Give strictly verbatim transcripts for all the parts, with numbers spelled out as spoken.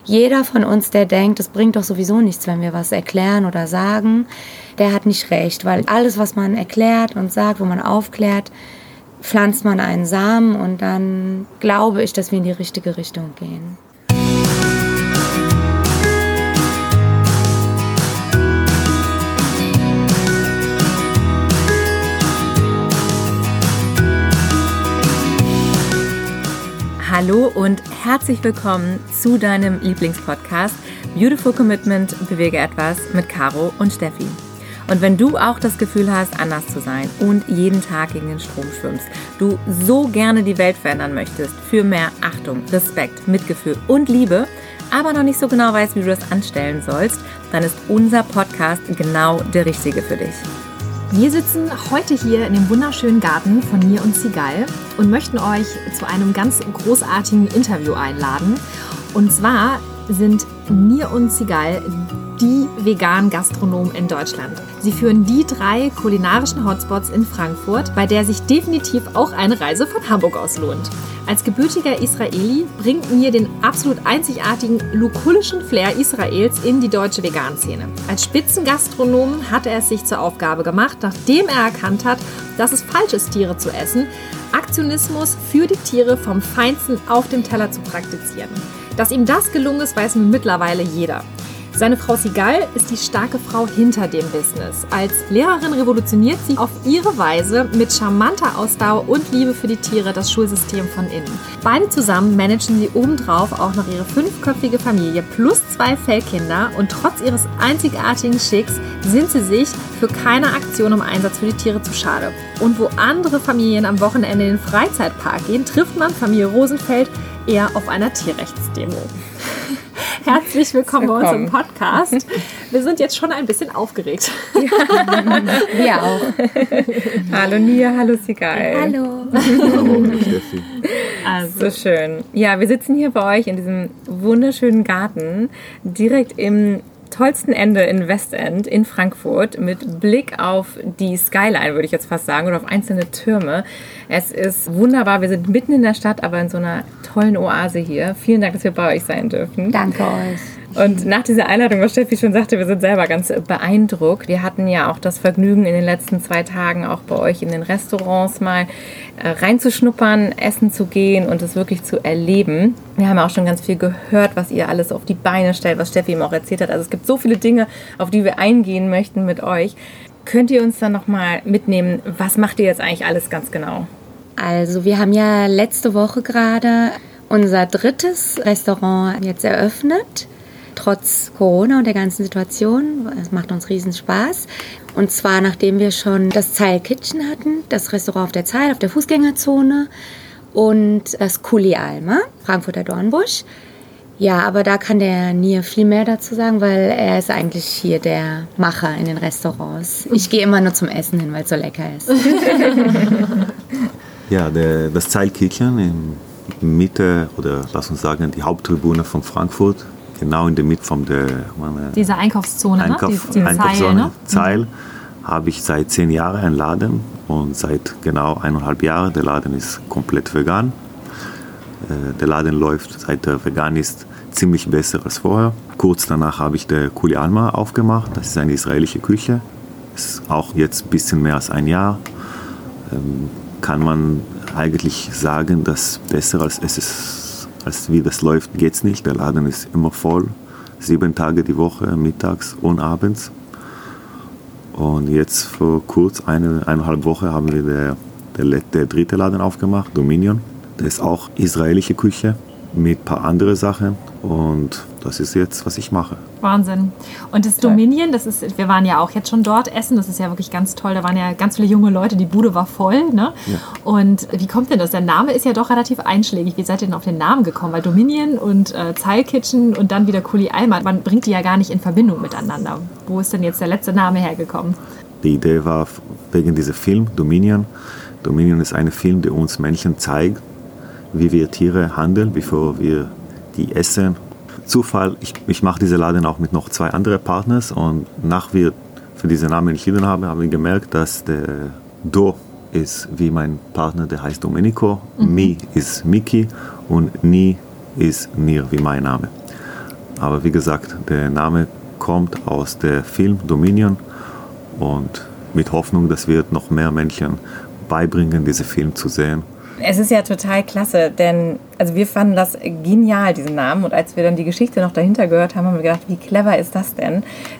Jeder von uns, der denkt, es bringt doch sowieso nichts, wenn wir was erklären oder sagen, der hat nicht recht, weil alles, was man erklärt und sagt, wo man aufklärt, pflanzt man einen Samen und dann glaube ich, dass wir in die richtige Richtung gehen. Hallo und herzlich willkommen zu deinem Lieblingspodcast Beautiful Commitment – Bewege etwas mit Caro und Steffi. Und wenn du auch das Gefühl hast, anders zu sein und jeden Tag gegen den Strom schwimmst, du so gerne die Welt verändern möchtest für mehr Achtung, Respekt, Mitgefühl und Liebe, aber noch nicht so genau weißt, wie du das anstellen sollst, dann ist unser Podcast genau der richtige für dich. Wir sitzen heute hier in dem wunderschönen Garten von Nir und Sigal und möchten euch zu einem ganz großartigen Interview einladen. Und zwar sind Nir und Sigal die veganen Gastronomen in Deutschland. Sie führen die drei kulinarischen Hotspots in Frankfurt, bei der sich definitiv auch eine Reise von Hamburg aus lohnt. Als gebürtiger Israeli bringt Nir den absolut einzigartigen lukullischen Flair Israels in die deutsche Vegan-Szene. Als Spitzengastronom hat er es sich zur Aufgabe gemacht, nachdem er erkannt hat, dass es falsch ist, Tiere zu essen, Aktionismus für die Tiere vom Feinsten auf dem Teller zu praktizieren. Dass ihm das gelungen ist, weiß mittlerweile jeder. Seine Frau Sigal ist die starke Frau hinter dem Business. Als Lehrerin revolutioniert sie auf ihre Weise mit charmanter Ausdauer und Liebe für die Tiere das Schulsystem von innen. Beide zusammen managen sie obendrauf auch noch ihre fünfköpfige Familie plus zwei Fellkinder und trotz ihres einzigartigen Schicks sind sie sich für keine Aktion im Einsatz für die Tiere zu schade. Und wo andere Familien am Wochenende in den Freizeitpark gehen, trifft man Familie Rosenfeld eher auf einer Tierrechtsdemo. Herzlich willkommen, willkommen bei uns im Podcast. Wir sind jetzt schon ein bisschen aufgeregt. Ja, wir auch. Hallo Nia, hallo Sigal. Hallo. Hallo Steffi. Also. So schön. Ja, wir sitzen hier bei euch in diesem wunderschönen Garten, direkt im tollsten Ende in Westend in Frankfurt mit Blick auf die Skyline, würde ich jetzt fast sagen, oder auf einzelne Türme. Es ist wunderbar. Wir sind mitten in der Stadt, aber in so einer tollen Oase hier. Vielen Dank, dass wir bei euch sein dürfen. Danke euch. Und nach dieser Einladung, was Steffi schon sagte, wir sind selber ganz beeindruckt. Wir hatten ja auch das Vergnügen, in den letzten zwei Tagen auch bei euch in den Restaurants mal reinzuschnuppern, essen zu gehen und es wirklich zu erleben. Wir haben auch schon ganz viel gehört, was ihr alles auf die Beine stellt, was Steffi ihm auch erzählt hat. Also es gibt so viele Dinge, auf die wir eingehen möchten mit euch. Könnt ihr uns dann nochmal mitnehmen, was macht ihr jetzt eigentlich alles ganz genau? Also wir haben ja letzte Woche gerade unser drittes Restaurant jetzt eröffnet. Trotz Corona und der ganzen Situation. Es macht uns riesen Spaß. Und zwar, nachdem wir schon das Zeil Kitchen hatten, das Restaurant auf der Zeil, auf der Fußgängerzone und das Kuli Alma, Frankfurter Dornbusch. Ja, aber da kann der Nir viel mehr dazu sagen, weil er ist eigentlich hier der Macher in den Restaurants. Ich gehe immer nur zum Essen hin, weil es so lecker ist. Ja, der, das Zeil Kitchen in Mitte, oder lass uns sagen, die Haupttribüne von Frankfurt. Genau in der Mitte von der meine, Diese Einkaufszone, Einkauf, ne? Die, die Einkaufszone, Zeil, ne? Zeil, mhm. habe ich seit zehn Jahren einen Laden und seit genau eineinhalb Jahren, der Laden ist komplett vegan. Äh, der Laden läuft, seit er vegan ist, ziemlich besser als vorher. Kurz danach habe ich der Kuli Alma aufgemacht, das ist eine israelische Küche. Ist auch jetzt ein bisschen mehr als ein Jahr. Ähm, kann man eigentlich sagen, dass besser als es ist. Als wie das läuft, geht es nicht. Der Laden ist immer voll. Sieben Tage die Woche, mittags und abends. Und jetzt vor kurz, eine, eineinhalb Wochen, haben wir der, der, der dritte Laden aufgemacht, Dominion. Das ist auch israelische Küche mit ein paar anderen Sachen. Und das ist jetzt, was ich mache. Wahnsinn. Und das Dominion, das ist, wir waren ja auch jetzt schon dort essen, das ist ja wirklich ganz toll. Da waren ja ganz viele junge Leute, die Bude war voll. Ne? Ja. Und wie kommt denn das? Der Name ist ja doch relativ einschlägig. Wie seid ihr denn auf den Namen gekommen? Weil Dominion und äh, Zeil Kitchen und dann wieder Kuli Alma, man bringt die ja gar nicht in Verbindung miteinander. Wo ist denn jetzt der letzte Name hergekommen? Die Idee war wegen diesem Film, Dominion. Dominion ist ein Film, der uns Menschen zeigt, wie wir Tiere handeln, bevor wir die essen. Zufall, ich, ich mache diese Laden auch mit noch zwei anderen Partners und nach wir für diesen Namen entschieden haben, haben wir gemerkt, dass der Do ist wie mein Partner, der heißt Domenico, mhm. Mi ist Miki und Ni ist Nir wie mein Name. Aber wie gesagt, der Name kommt aus dem Film Dominion und mit Hoffnung, dass wir noch mehr Menschen beibringen, diesen Film zu sehen. Es ist ja total klasse, denn also wir fanden das genial, diesen Namen. Und als wir dann die Geschichte noch dahinter gehört haben, haben wir gedacht, wie clever ist das denn?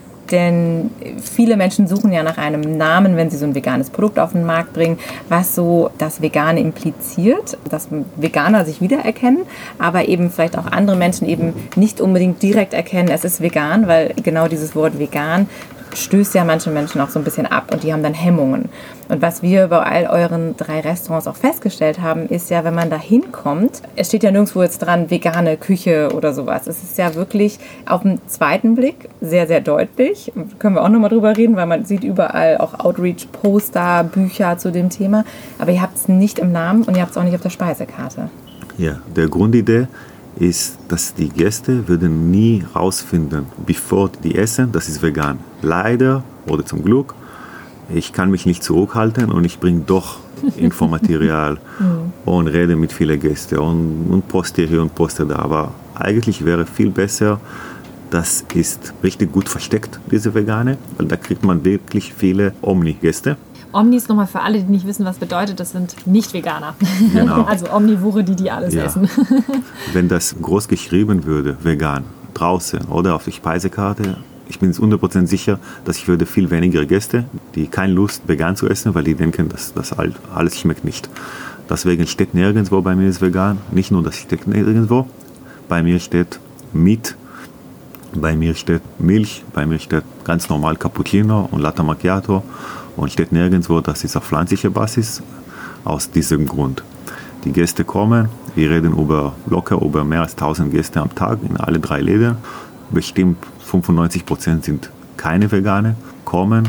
Denn viele Menschen suchen ja nach einem Namen, wenn sie so ein veganes Produkt auf den Markt bringen, was so das Vegane impliziert, dass Veganer sich wiedererkennen, aber eben vielleicht auch andere Menschen eben nicht unbedingt direkt erkennen, es ist vegan, weil genau dieses Wort vegan stößt ja manche Menschen auch so ein bisschen ab und die haben dann Hemmungen. Und was wir bei all euren drei Restaurants auch festgestellt haben, ist ja, wenn man da hinkommt, es steht ja nirgendwo jetzt dran, vegane Küche oder sowas. Es ist ja wirklich auf den zweiten Blick sehr, sehr deutlich. Können wir auch nochmal drüber reden, weil man sieht überall auch Outreach-Poster, Bücher zu dem Thema. Aber ihr habt es nicht im Namen und ihr habt es auch nicht auf der Speisekarte. Ja, der Grundidee ist, dass die Gäste würden nie rausfinden, bevor die essen, das ist vegan. Leider oder zum Glück, ich kann mich nicht zurückhalten und ich bringe doch Infomaterial und rede mit vielen Gästen und, und poste hier und poste da. Aber eigentlich wäre viel besser, das ist richtig gut versteckt, diese Vegane, weil da kriegt man wirklich viele Omni-Gäste. Omnis, nochmal für alle, die nicht wissen, was bedeutet, das sind Nicht-Veganer. Genau. Also Omnivore, die die alles Ja. essen. Wenn das groß geschrieben würde, vegan, draußen oder auf der Speisekarte, ich bin hundert Prozent sicher, dass ich würde viel weniger Gäste, die keine Lust vegan zu essen, weil die denken, dass das alles schmeckt nicht. Deswegen steht nirgendwo bei mir ist vegan, nicht nur das steht nirgendwo, bei mir steht Meat, bei mir steht Milch, bei mir steht ganz normal Cappuccino und Latte Macchiato und steht nirgendwo, das ist auf pflanzlicher Basis, aus diesem Grund. Die Gäste kommen, wir reden über locker über mehr als tausend Gäste am Tag in alle drei Läden, bestimmt fünfundneunzig Prozent sind keine Vegane, kommen,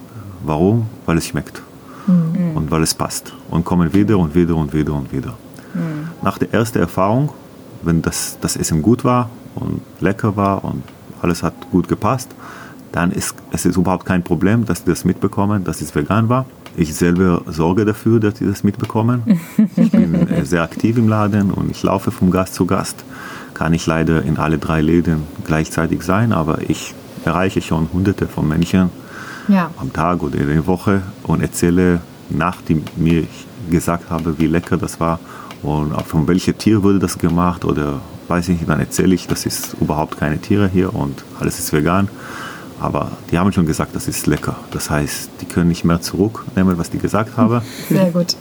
warum? Weil es schmeckt mhm. und weil es passt und kommen wieder und wieder und wieder und wieder. Mhm. Nach der ersten Erfahrung, wenn das, das Essen gut war und lecker war und alles hat gut gepasst, dann ist es ist überhaupt kein Problem, dass die das mitbekommen, dass es vegan war. Ich selber sorge dafür, dass die das mitbekommen. Ich bin sehr aktiv im Laden und ich laufe von Gast zu Gast. Kann ich leider in alle drei Läden gleichzeitig sein, aber ich erreiche schon hunderte von Menschen ja. am Tag oder in der Woche und erzähle, nachdem mir gesagt habe, wie lecker das war und von welchem Tier wurde das gemacht oder weiß ich nicht, dann erzähle ich, das ist überhaupt keine Tiere hier und alles ist vegan. Aber die haben schon gesagt, das ist lecker. Das heißt, die können nicht mehr zurücknehmen, was die gesagt haben. Sehr gut.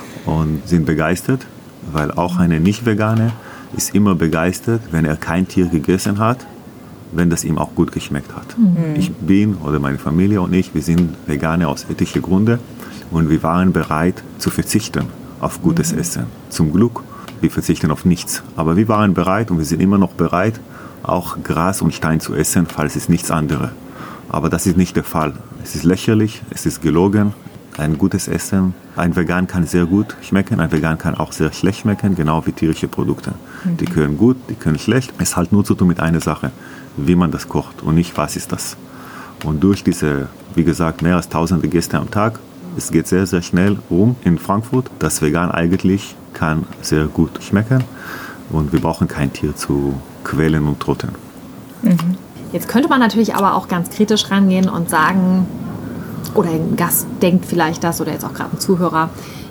Und sind begeistert, weil auch eine Nicht-Vegane ist immer begeistert, wenn er kein Tier gegessen hat, wenn das ihm auch gut geschmeckt hat. Mhm. Ich bin, oder meine Familie und ich, wir sind Veganer aus ethischen Gründen und wir waren bereit zu verzichten auf gutes mhm. Essen. Zum Glück, wir verzichten auf nichts. Aber wir waren bereit und wir sind immer noch bereit, auch Gras und Stein zu essen, falls es nichts anderes. Aber das ist nicht der Fall. Es ist lächerlich, es ist gelogen. Ein gutes Essen, ein Vegan kann sehr gut schmecken, ein Vegan kann auch sehr schlecht schmecken, genau wie tierische Produkte. Mhm. Die können gut, die können schlecht. Es hat nur zu tun mit einer Sache, wie man das kocht und nicht, was ist das. Und durch diese, wie gesagt, mehr als tausende Gäste am Tag, es geht sehr, sehr schnell um in Frankfurt. Das Vegan eigentlich kann sehr gut schmecken und wir brauchen kein Tier zu quälen und trotten. Mhm. Jetzt könnte man natürlich aber auch ganz kritisch rangehen und sagen, oder ein Gast denkt vielleicht das oder jetzt auch gerade ein Zuhörer,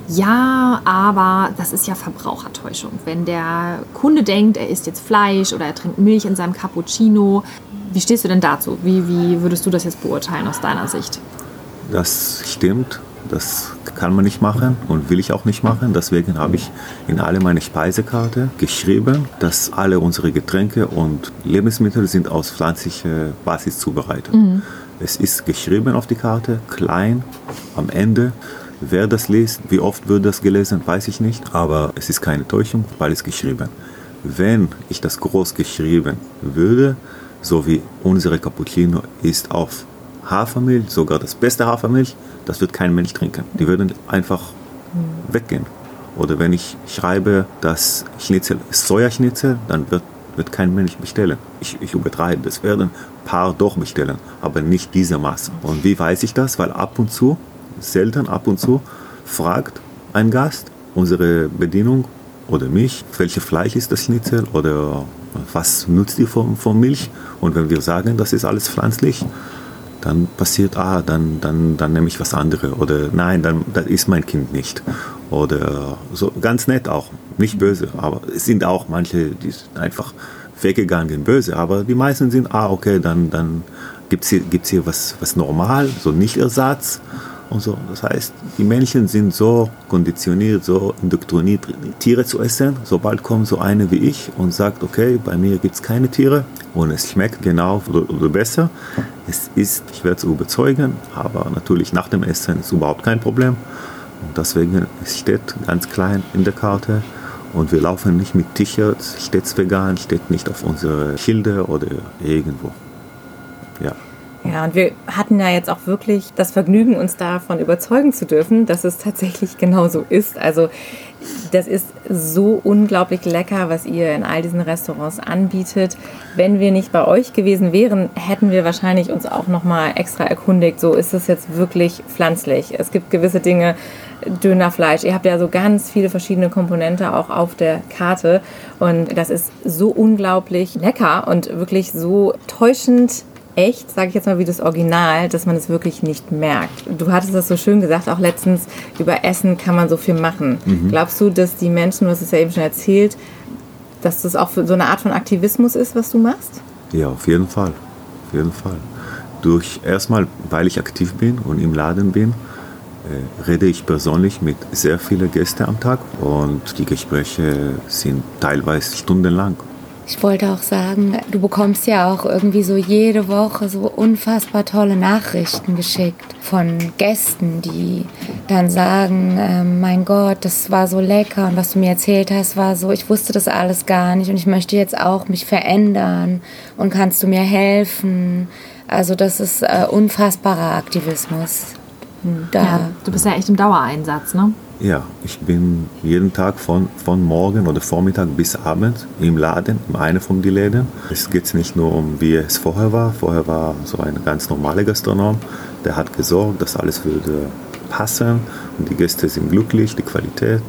ja, aber das ist ja Verbrauchertäuschung. Wenn der Kunde denkt, er isst jetzt Fleisch oder er trinkt Milch in seinem Cappuccino, wie stehst du denn dazu? Wie, wie würdest du das jetzt beurteilen aus deiner Sicht? Das stimmt, das kann man nicht machen und will ich auch nicht machen. Deswegen habe ich in alle meine Speisekarte geschrieben, dass alle unsere Getränke und Lebensmittel sind aus pflanzlicher Basis zubereitet. Mhm. Es ist geschrieben auf die Karte, klein, am Ende. Wer das liest, wie oft wird das gelesen, weiß ich nicht. Aber es ist keine Täuschung, weil es geschrieben. Wenn ich das groß geschrieben würde, so wie unsere Cappuccino ist auf Hafermilch, sogar das beste Hafermilch, das wird kein Mensch trinken. Die würden einfach mhm. weggehen. Oder wenn ich schreibe, das Schnitzel ist Sojaschnitzel, dann wird, wird kein Mensch bestellen. Ich, ich übertreibe, das werden ein paar doch bestellen, aber nicht diese Masse. Und wie weiß ich das? Weil ab und zu, selten ab und zu, fragt ein Gast unsere Bedienung oder mich, welches Fleisch ist das Schnitzel oder was nutzt ihr von, von Milch? Und wenn wir sagen, das ist alles pflanzlich, dann passiert, ah, dann, dann, dann nehme ich was anderes. Oder nein, dann, das ist mein Kind nicht. Oder so, ganz nett auch, nicht böse. Aber es sind auch manche, die sind einfach weggegangen, böse. Aber die meisten sind, ah, okay, dann, dann gibt es hier, gibt's hier was, was normal, so Nicht-Ersatz. Und so. Das heißt, die Menschen sind so konditioniert, so indoktriniert, Tiere zu essen. Sobald kommt so eine wie ich und sagt, okay, bei mir gibt es keine Tiere und es schmeckt genau oder, oder besser. Es ist, ich werde es überzeugen, aber natürlich nach dem Essen ist überhaupt kein Problem. Und deswegen, es steht ganz klein in der Karte und wir laufen nicht mit T-Shirts, steht vegan, steht nicht auf unsere Schilder oder irgendwo. Ja. Ja, und wir hatten ja jetzt auch wirklich das Vergnügen, uns davon überzeugen zu dürfen, dass es tatsächlich genauso ist. Also das ist so unglaublich lecker, was ihr in all diesen Restaurants anbietet. Wenn wir nicht bei euch gewesen wären, hätten wir wahrscheinlich uns auch nochmal extra erkundigt, so ist es jetzt wirklich pflanzlich. Es gibt gewisse Dinge, Dönerfleisch, ihr habt ja so ganz viele verschiedene Komponente auch auf der Karte und das ist so unglaublich lecker und wirklich so täuschend echt, sage ich jetzt mal, wie das Original, dass man es wirklich nicht merkt. Du hattest das so schön gesagt, auch letztens, über Essen kann man so viel machen. Mhm. Glaubst du, dass die Menschen, du hast es ja eben schon erzählt, dass das auch für so eine Art von Aktivismus ist, was du machst? Ja, auf jeden Fall. Auf jeden Fall. Durch, erstmal, weil ich aktiv bin und im Laden bin, äh, rede ich persönlich mit sehr vielen Gästen am Tag und die Gespräche sind teilweise stundenlang. Ich wollte auch sagen, du bekommst ja auch irgendwie so jede Woche so unfassbar tolle Nachrichten geschickt von Gästen, die dann sagen, äh, mein Gott, das war so lecker und was du mir erzählt hast, war so, ich wusste das alles gar nicht und ich möchte jetzt auch mich verändern und kannst du mir helfen? Also das ist äh, unfassbarer Aktivismus. Da. Ja, du bist ja echt im Dauereinsatz, ne? Ja, ich bin jeden Tag von, von morgen oder Vormittag bis Abend im Laden, in einem von den Läden. Es geht nicht nur um, wie es vorher war. Vorher war so ein ganz normaler Gastronom, der hat gesorgt, dass alles würde passen und die Gäste sind glücklich, die Qualität,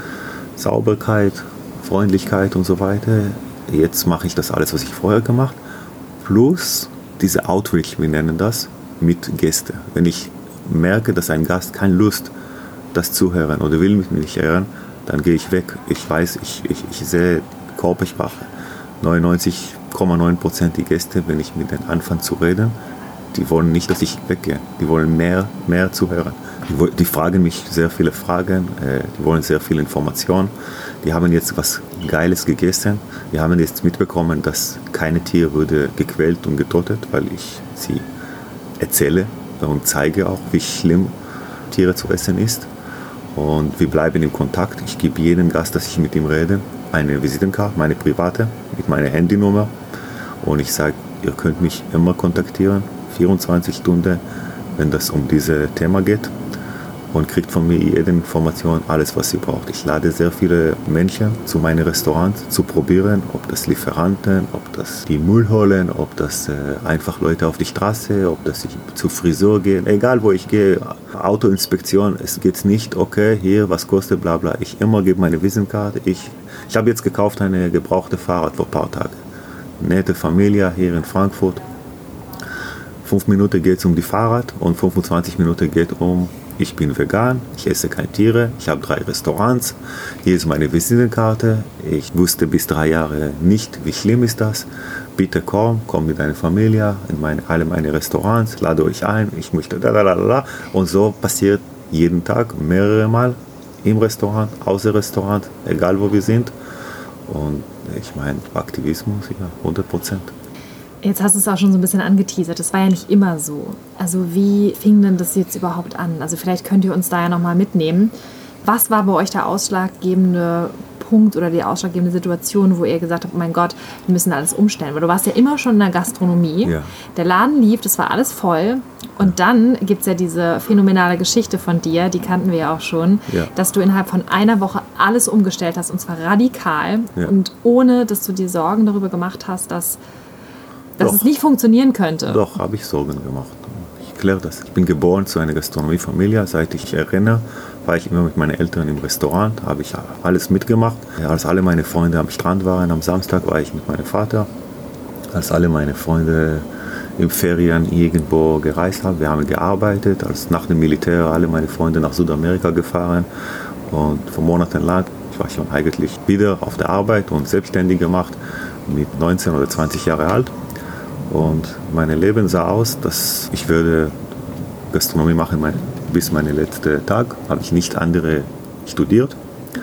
Sauberkeit, Freundlichkeit und so weiter. Jetzt mache ich das alles, was ich vorher gemacht habe, plus diese Outreach, wir nennen das, mit Gästen. Wenn ich merke, dass ein Gast keine Lust das zu hören oder will mich nicht hören, dann gehe ich weg. Ich weiß, ich, ich, ich sehe Körpersprache. neunundneunzig Komma neun Prozent die Gäste, wenn ich mit denen anfange zu reden, die wollen nicht, dass ich weggehe. Die wollen mehr, mehr zu hören. Die, die fragen mich sehr viele Fragen, äh, die wollen sehr viel Information. Die haben jetzt was Geiles gegessen. Die haben jetzt mitbekommen, dass keine Tier wurde gequält und getötet, weil ich sie erzähle und zeige auch, wie schlimm Tiere zu essen ist. Und wir bleiben in Kontakt. Ich gebe jedem Gast, dass ich mit ihm rede, eine Visitenkarte, meine private, mit meiner Handynummer. Und ich sage, ihr könnt mich immer kontaktieren, vierundzwanzig Stunden, wenn das um dieses Thema geht. Und kriegt von mir jede Information, alles, was ihr braucht. Ich lade sehr viele Menschen zu meinen Restaurants zu probieren, ob das Lieferanten, ob das die Müll holen, ob das äh, einfach Leute auf die Straße, ob das ich zu Friseur gehen, egal wo ich gehe, Autoinspektion, es geht nicht, okay, hier, was kostet, bla bla. Ich immer gebe meine Visitenkarte. Ich, ich habe jetzt gekauft eine gebrauchte Fahrrad vor ein paar Tagen. Nette Familie hier in Frankfurt. Fünf Minuten geht es um die Fahrrad und fünfundzwanzig Minuten geht um ich bin vegan, ich esse keine Tiere, ich habe drei Restaurants, hier ist meine Visitenkarte. Ich wusste bis drei Jahre nicht, wie schlimm ist das. Bitte komm, komm mit deiner Familie in meine, alle meine Restaurants, lade euch ein, ich möchte da, da, da, da. Und so passiert jeden Tag mehrere Mal im Restaurant, außer Restaurant, egal wo wir sind. Und ich meine, Aktivismus, ja, hundert Prozent. Jetzt hast du es auch schon so ein bisschen angeteasert. Das war ja nicht immer so. Also wie fing denn das jetzt überhaupt an? Also vielleicht könnt ihr uns da ja nochmal mitnehmen. Was war bei euch der ausschlaggebende Punkt oder die ausschlaggebende Situation, wo ihr gesagt habt, oh mein Gott, wir müssen alles umstellen? Weil du warst ja immer schon in der Gastronomie. Ja. Der Laden lief, das war alles voll. Und dann gibt es ja diese phänomenale Geschichte von dir, die kannten wir ja auch schon, ja. dass du innerhalb von einer Woche alles umgestellt hast und zwar radikal ja. und ohne, dass du dir Sorgen darüber gemacht hast, dass dass Doch. es nicht funktionieren könnte. Doch, habe ich Sorgen gemacht. Ich kläre das. Ich bin geboren zu einer Gastronomiefamilie. Seit ich erinnere, war ich immer mit meinen Eltern im Restaurant, habe ich alles mitgemacht. Als alle meine Freunde am Strand waren, am Samstag war ich mit meinem Vater. Als alle meine Freunde in Ferien irgendwo gereist haben, wir haben gearbeitet. Als nach dem Militär alle meine Freunde nach Südamerika gefahren und für Monate lang war ich schon eigentlich wieder auf der Arbeit und selbstständig gemacht mit neunzehn oder zwanzig Jahre alt. Und mein Leben sah aus, dass ich würde Gastronomie machen mein, bis meinen letzten Tag. Habe ich nicht andere studiert.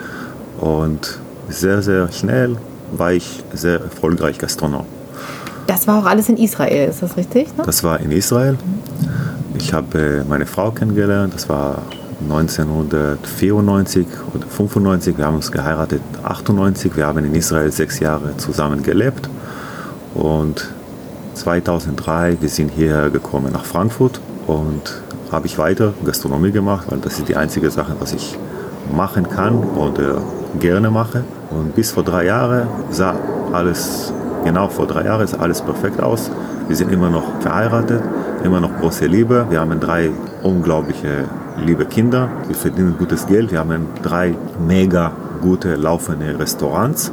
Und sehr, sehr schnell war ich sehr erfolgreich Gastronom. Das war auch alles in Israel, ist das richtig? Ne? Das war in Israel. Ich habe meine Frau kennengelernt, das war neunzehnhundertvierundneunzig oder fünfundneunzig. Wir haben uns geheiratet achtundneunzig. Wir haben in Israel sechs Jahre zusammen gelebt. Und zweitausenddrei, wir sind hierher gekommen nach Frankfurt und habe ich weiter Gastronomie gemacht, weil das ist die einzige Sache, was ich machen kann oder gerne mache. Und bis vor drei Jahren sah alles, genau vor drei Jahren sah alles perfekt aus. Wir sind immer noch verheiratet, immer noch große Liebe. Wir haben drei unglaubliche liebe Kinder. Wir verdienen gutes Geld. Wir haben drei mega gute laufende Restaurants.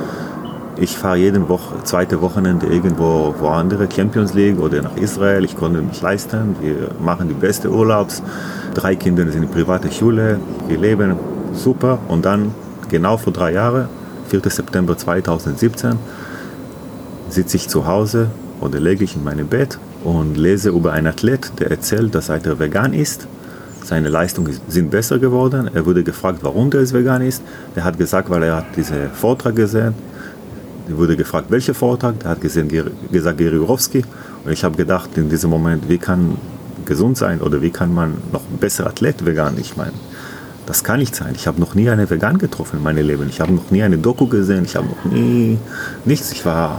Ich fahre jede Woche, zweite Wochenende irgendwo wo andere, Champions League oder nach Israel. Ich konnte mich leisten. Wir machen die beste Urlaubs. Drei Kinder sind in privater Schule. Wir leben super. Und dann, genau vor drei Jahren, vierten September zweitausendsiebzehn, sitze ich zu Hause oder lege ich in meinem Bett und lese über einen Athlet, der erzählt, dass er vegan ist. Seine Leistungen sind besser geworden. Er wurde gefragt, warum der vegan ist. Er hat gesagt, weil er hat diesen Vortrag gesehen. Er wurde gefragt, welcher Vortrag. Er hat gesehen, gesagt, Gary Yourofsky. Und ich habe gedacht, in diesem Moment, wie kann gesund sein oder wie kann man noch ein besserer Athlet vegan? Ich meine, das kann nicht sein. Ich habe noch nie einen Vegan getroffen in meinem Leben. Ich habe noch nie eine Doku gesehen. Ich habe noch nie nichts. Ich war...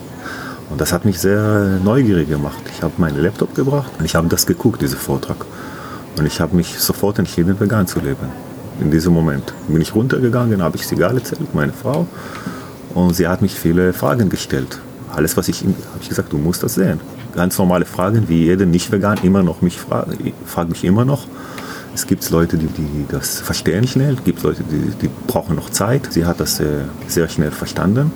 Und das hat mich sehr neugierig gemacht. Ich habe meinen Laptop gebracht und ich habe das geguckt, diesen Vortrag. Und ich habe mich sofort entschieden, vegan zu leben. In diesem Moment bin ich runtergegangen, habe ich Sigal erzählt, meine Frau. Und sie hat mich viele Fragen gestellt. Alles, was ich, habe ich gesagt, du musst das sehen. Ganz normale Fragen, wie jeder Nicht-Vegan immer noch mich fragt, fragt mich immer noch. Es gibt Leute, die, die das verstehen schnell, es gibt Leute, die, die brauchen noch Zeit. Sie hat das sehr, sehr schnell verstanden.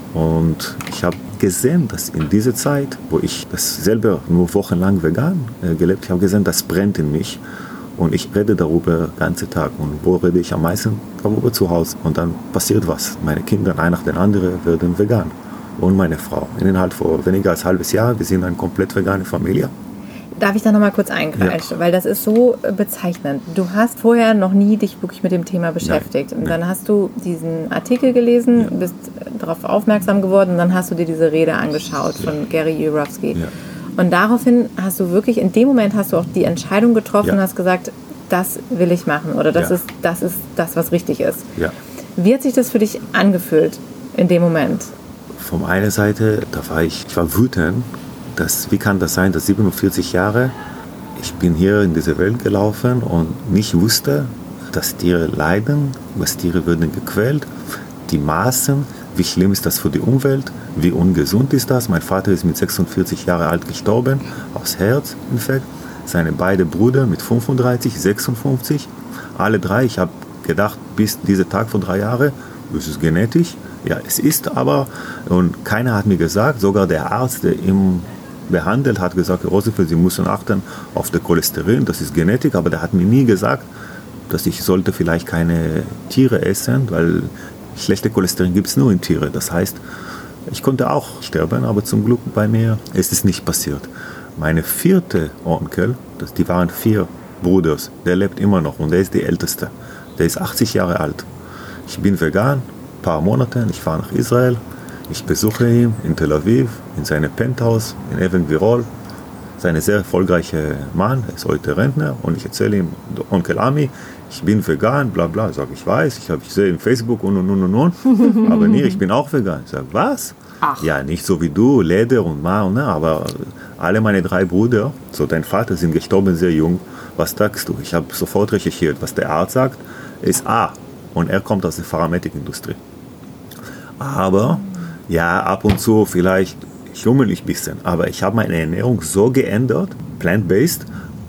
Und ich habe gesehen, dass in dieser Zeit, wo ich das selber nur wochenlang vegan äh, gelebt habe, ich habe gesehen, das brennt in mich. Und ich rede darüber den ganzen Tag. Und wo rede ich am meisten? Darüber zu Hause. Und dann passiert was. Meine Kinder, ein nach dem anderen, werden vegan. Und meine Frau. Innerhalb von weniger als ein halbes Jahr, wir sind eine komplett vegane Familie. Darf ich da noch mal kurz eingreifen? Ja. Weil das ist so bezeichnend. Du hast vorher noch nie dich wirklich mit dem Thema beschäftigt. Nein, und dann nein. hast du diesen Artikel gelesen, ja. bist darauf aufmerksam geworden und dann hast du dir diese Rede angeschaut ja. von Gary Yourofsky. Ja. Und daraufhin hast du wirklich, in dem Moment hast du auch die Entscheidung getroffen ja. und hast gesagt, das will ich machen oder das, ja. ist, das ist das, was richtig ist. Ja. Wie hat sich das für dich angefühlt in dem Moment? Von einer Seite, da war ich, ich war wütend. Das, wie kann das sein, dass siebenundvierzig Jahre, ich bin hier in diese Welt gelaufen und nicht wusste, dass Tiere leiden, dass Tiere werden gequält, die Maßen, wie schlimm ist das für die Umwelt, wie ungesund ist das. Mein Vater ist mit sechsundvierzig Jahren alt gestorben, aus Herzinfarkt, seine beiden Brüder mit fünfunddreißig, sechsundfünfzig, alle drei. Ich habe gedacht, bis dieser Tag vor drei Jahren, das ist genetisch. Ja, es ist aber, und keiner hat mir gesagt, sogar der Arzt, der ihn behandelt, hat gesagt, Rosefeld, Sie müssen achten auf das Cholesterin, das ist Genetik, aber der hat mir nie gesagt, dass ich sollte vielleicht keine Tiere essen, weil schlechte Cholesterin gibt es nur in Tieren. Das heißt, ich konnte auch sterben, aber zum Glück bei mir ist es nicht passiert. Meine vierte Onkel, das, die waren vier Brüder, der lebt immer noch und der ist der Älteste. Der ist achtzig Jahre alt. Ich bin vegan, ein paar Monate, ich fahre nach Israel. Ich besuche ihn in Tel Aviv, in seinem Penthouse, in Even-Virol. Sein sehr erfolgreicher Mann, er ist heute Rentner. Und ich erzähle ihm, Onkel Ami, ich bin vegan, bla bla. Ich sage, ich weiß, ich habe ich sehe in Facebook und und und und und. Aber nee, ich bin auch vegan. Ich sage, was? Ach. Ja, nicht so wie du, Leder und Ma, und, ne, aber alle meine drei Brüder, so dein Vater, sind gestorben sehr jung. Was sagst du? Ich habe sofort recherchiert, was der Arzt sagt, ist A. Und er kommt aus der Pharmazeutikindustrie. Aber ja, ab und zu vielleicht schummel ich ein bisschen, aber ich habe meine Ernährung so geändert, plant-based,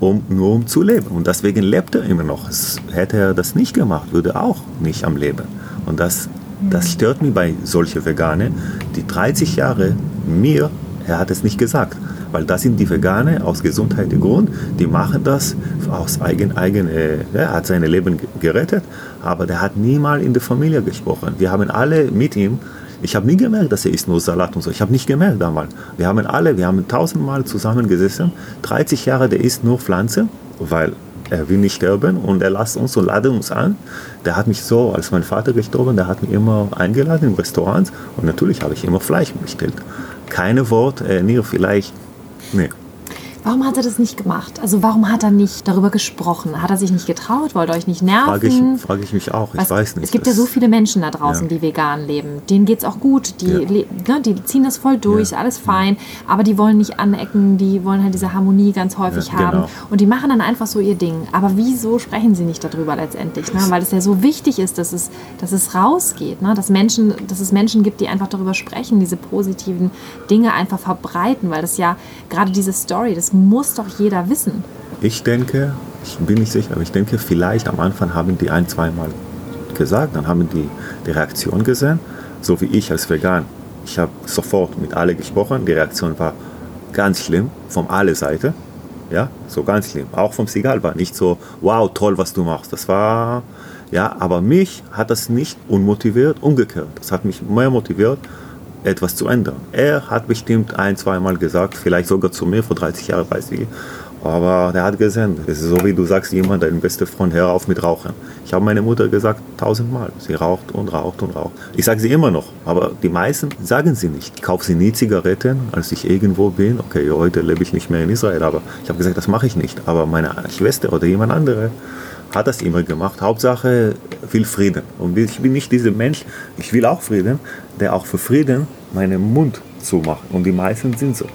um, nur um zu leben. Und deswegen lebt er immer noch. Es, hätte er das nicht gemacht, würde er auch nicht am Leben. Und das, das stört mich bei solchen Veganen, die dreißig Jahre mir, er hat es nicht gesagt, weil das sind die Veganer aus gesundheitlichen Grund, die machen das aus eigen, eigen äh, er hat sein Leben gerettet, aber der hat niemals in der Familie gesprochen. Wir haben alle mit ihm, ich habe nie gemerkt, dass er isst nur Salat und so, ich habe nicht gemerkt damals. Wir haben alle, wir haben tausendmal zusammengesessen, dreißig Jahre, der isst nur Pflanzen, weil er will nicht sterben und er lässt uns und ladet uns an. Der hat mich so, als mein Vater gestorben, der hat mich immer eingeladen in Restaurants und natürlich habe ich immer Fleisch bestellt. Keine Wort, äh, nie vielleicht. Nee. Warum hat er das nicht gemacht? Also warum hat er nicht darüber gesprochen? Hat er sich nicht getraut? Wollte euch nicht nerven? Frage ich, frage ich mich auch. Ich Was, weiß nicht. Es gibt ja so viele Menschen da draußen, ja. die vegan leben. Denen geht es auch gut. Die, ja. ne, die ziehen das voll durch, ja. alles fein. Aber die wollen nicht anecken. Die wollen halt diese Harmonie ganz häufig ja, haben. Genau. Und die machen dann einfach so ihr Ding. Aber wieso sprechen sie nicht darüber letztendlich? Ne? Weil es ja so wichtig ist, dass es, dass es rausgeht. Ne? Dass, Menschen, dass es Menschen gibt, die einfach darüber sprechen, diese positiven Dinge einfach verbreiten. Weil das ja gerade diese Story, das muss doch jeder wissen. Ich denke, ich bin nicht sicher, aber ich denke, vielleicht am Anfang haben die ein, zweimal gesagt, dann haben die die Reaktion gesehen, so wie ich als Vegan. Ich habe sofort mit allen gesprochen, die Reaktion war ganz schlimm, von aller Seite, ja, so ganz schlimm. Auch vom Sigal war nicht so, wow, toll, was du machst. Das war, ja, aber mich hat das nicht unmotiviert, umgekehrt. Das hat mich mehr motiviert, etwas zu ändern. Er hat bestimmt ein, zweimal gesagt, vielleicht sogar zu mir, vor dreißig Jahren, weiß ich, aber der hat gesehen, es ist so wie du sagst, jemand, dein bester Freund, hör auf mit Rauchen. Ich habe meine Mutter gesagt, tausendmal, sie raucht und raucht und raucht. Ich sage sie immer noch, aber die meisten sagen sie nicht. Ich kaufe sie nie Zigaretten, als ich irgendwo bin. Okay, heute lebe ich nicht mehr in Israel, aber ich habe gesagt, das mache ich nicht. Aber meine Schwester oder jemand andere hat das immer gemacht. Hauptsache will Frieden. Und ich bin nicht dieser Mensch, ich will auch Frieden, der auch für Frieden meinen Mund zumacht. Und die meisten sind so.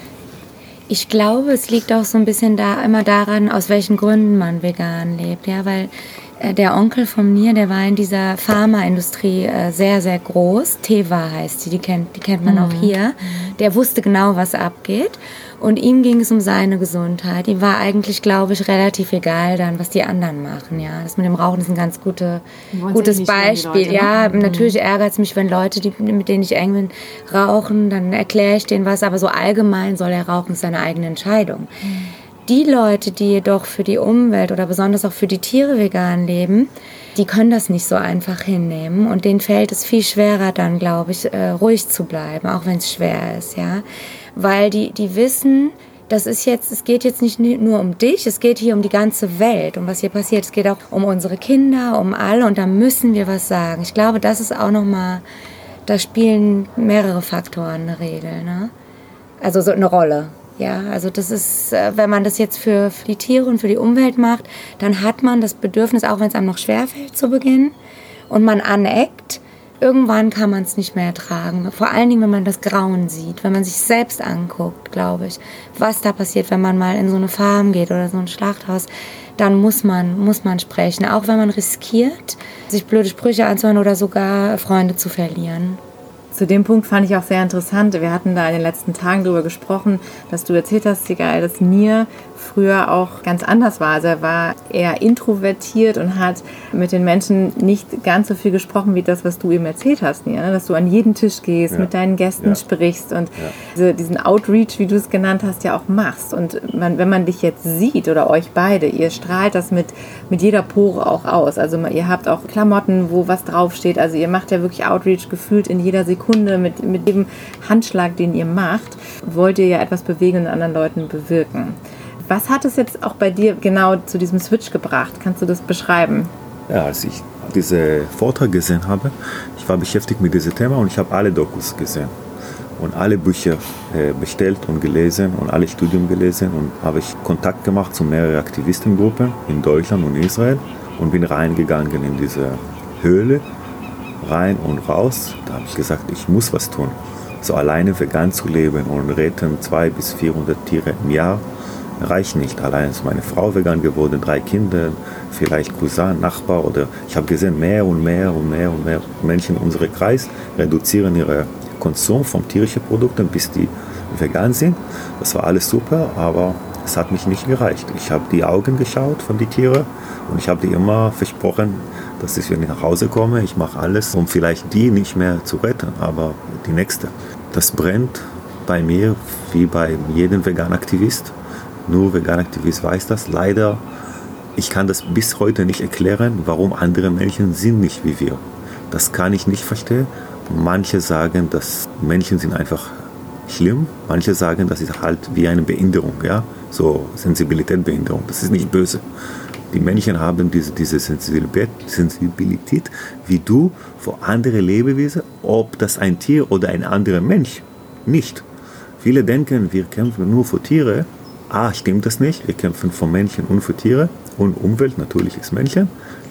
Ich glaube, es liegt auch so ein bisschen da immer daran, aus welchen Gründen man vegan lebt. Ja, weil äh, der Onkel von mir, der war in dieser Pharmaindustrie äh, sehr, sehr groß. Teva heißt die, die kennt, die kennt man mhm. auch hier. Der wusste genau, was abgeht. Und ihm ging es um seine Gesundheit. Ihm war eigentlich, glaube ich, relativ egal dann, was die anderen machen. Ja, das mit dem Rauchen ist ein ganz gute, gutes Beispiel. Leute, ja, ne? Natürlich ärgert es mich, wenn Leute, die, mit denen ich eng bin, rauchen. Dann erkläre ich denen was. Aber so allgemein soll er rauchen, ist seine eigene Entscheidung. Mhm. Die Leute, die jedoch für die Umwelt oder besonders auch für die Tiere vegan leben, die können das nicht so einfach hinnehmen. Und denen fällt es viel schwerer dann, glaube ich, äh, ruhig zu bleiben, auch wenn es schwer ist, ja. Weil die, die wissen, das ist jetzt, es geht jetzt nicht nur um dich, es geht hier um die ganze Welt, um was hier passiert. Es geht auch um unsere Kinder, um alle und da müssen wir was sagen. Ich glaube, das ist auch nochmal, da spielen mehrere Faktoren eine Regel, ne? Also so eine Rolle. Ja, also das ist, wenn man das jetzt für, für die Tiere und für die Umwelt macht, dann hat man das Bedürfnis, auch wenn es einem noch schwerfällt zu Beginn und man aneckt, irgendwann kann man es nicht mehr ertragen. Vor allen Dingen, wenn man das Grauen sieht, wenn man sich selbst anguckt, glaube ich, was da passiert, wenn man mal in so eine Farm geht oder so ein Schlachthaus, dann muss man, muss man sprechen, auch wenn man riskiert, sich blöde Sprüche anzuhören oder sogar Freunde zu verlieren. Zu dem Punkt fand ich auch sehr interessant. Wir hatten da in den letzten Tagen darüber gesprochen, dass du erzählt hast, Sigal, dass Nir früher auch ganz anders war. Also er war eher introvertiert und hat mit den Menschen nicht ganz so viel gesprochen wie das, was du ihm erzählt hast, Nir. Dass du an jeden Tisch gehst, ja. mit deinen Gästen ja. sprichst und ja. diese, diesen Outreach, wie du es genannt hast, ja auch machst. Und man, wenn man dich jetzt sieht oder euch beide, ihr strahlt das mit, mit jeder Pore auch aus. Also ihr habt auch Klamotten, wo was draufsteht. Also ihr macht ja wirklich Outreach gefühlt in jeder Sekunde mit, mit jedem Handschlag, den ihr macht, wollt ihr ja etwas bewegen und anderen Leuten bewirken. Was hat es jetzt auch bei dir genau zu diesem Switch gebracht? Kannst du das beschreiben? Ja, als ich diesen Vortrag gesehen habe, ich war beschäftigt mit diesem Thema und ich habe alle Dokus gesehen und alle Bücher äh, bestellt und gelesen und alle Studien gelesen und habe ich Kontakt gemacht zu mehreren Aktivistengruppen in Deutschland und Israel und bin reingegangen in diese Höhle, rein und raus. Da habe ich gesagt, ich muss was tun. So alleine vegan zu leben und retten zweihundert bis vierhundert Tiere im Jahr reicht nicht. Allein ist meine Frau vegan geworden, drei Kinder, vielleicht Cousin, Nachbar oder ich habe gesehen, mehr und mehr und mehr und mehr Menschen in unserem Kreis reduzieren ihren Konsum von tierischen Produkten, bis die vegan sind. Das war alles super, aber Es hat mich nicht gereicht. Ich habe die Augen geschaut von den Tieren und ich habe die immer versprochen, dass ich, wenn ich nach Hause komme, ich mache alles, um vielleicht die nicht mehr zu retten, aber die nächste. Das brennt bei mir wie bei jedem Vegan-Aktivist. Nur Vegan-Aktivist weiß das. Leider, ich kann das bis heute nicht erklären, warum andere Menschen sind nicht wie wir. Das kann ich nicht verstehen. Manche sagen, dass Menschen sind einfach schlimm. Manche sagen, das ist halt wie eine Behinderung, ja, so Sensibilitätsbehinderung. Das ist nicht böse. Die Menschen haben diese, diese Sensibilität, Sensibilität wie du für andere Lebewesen, ob das ein Tier oder ein anderer Mensch, nicht. Viele denken, wir kämpfen nur für Tiere. Ah, stimmt das nicht. Wir kämpfen für Menschen und für Tiere und Umwelt, natürlich ist Menschen.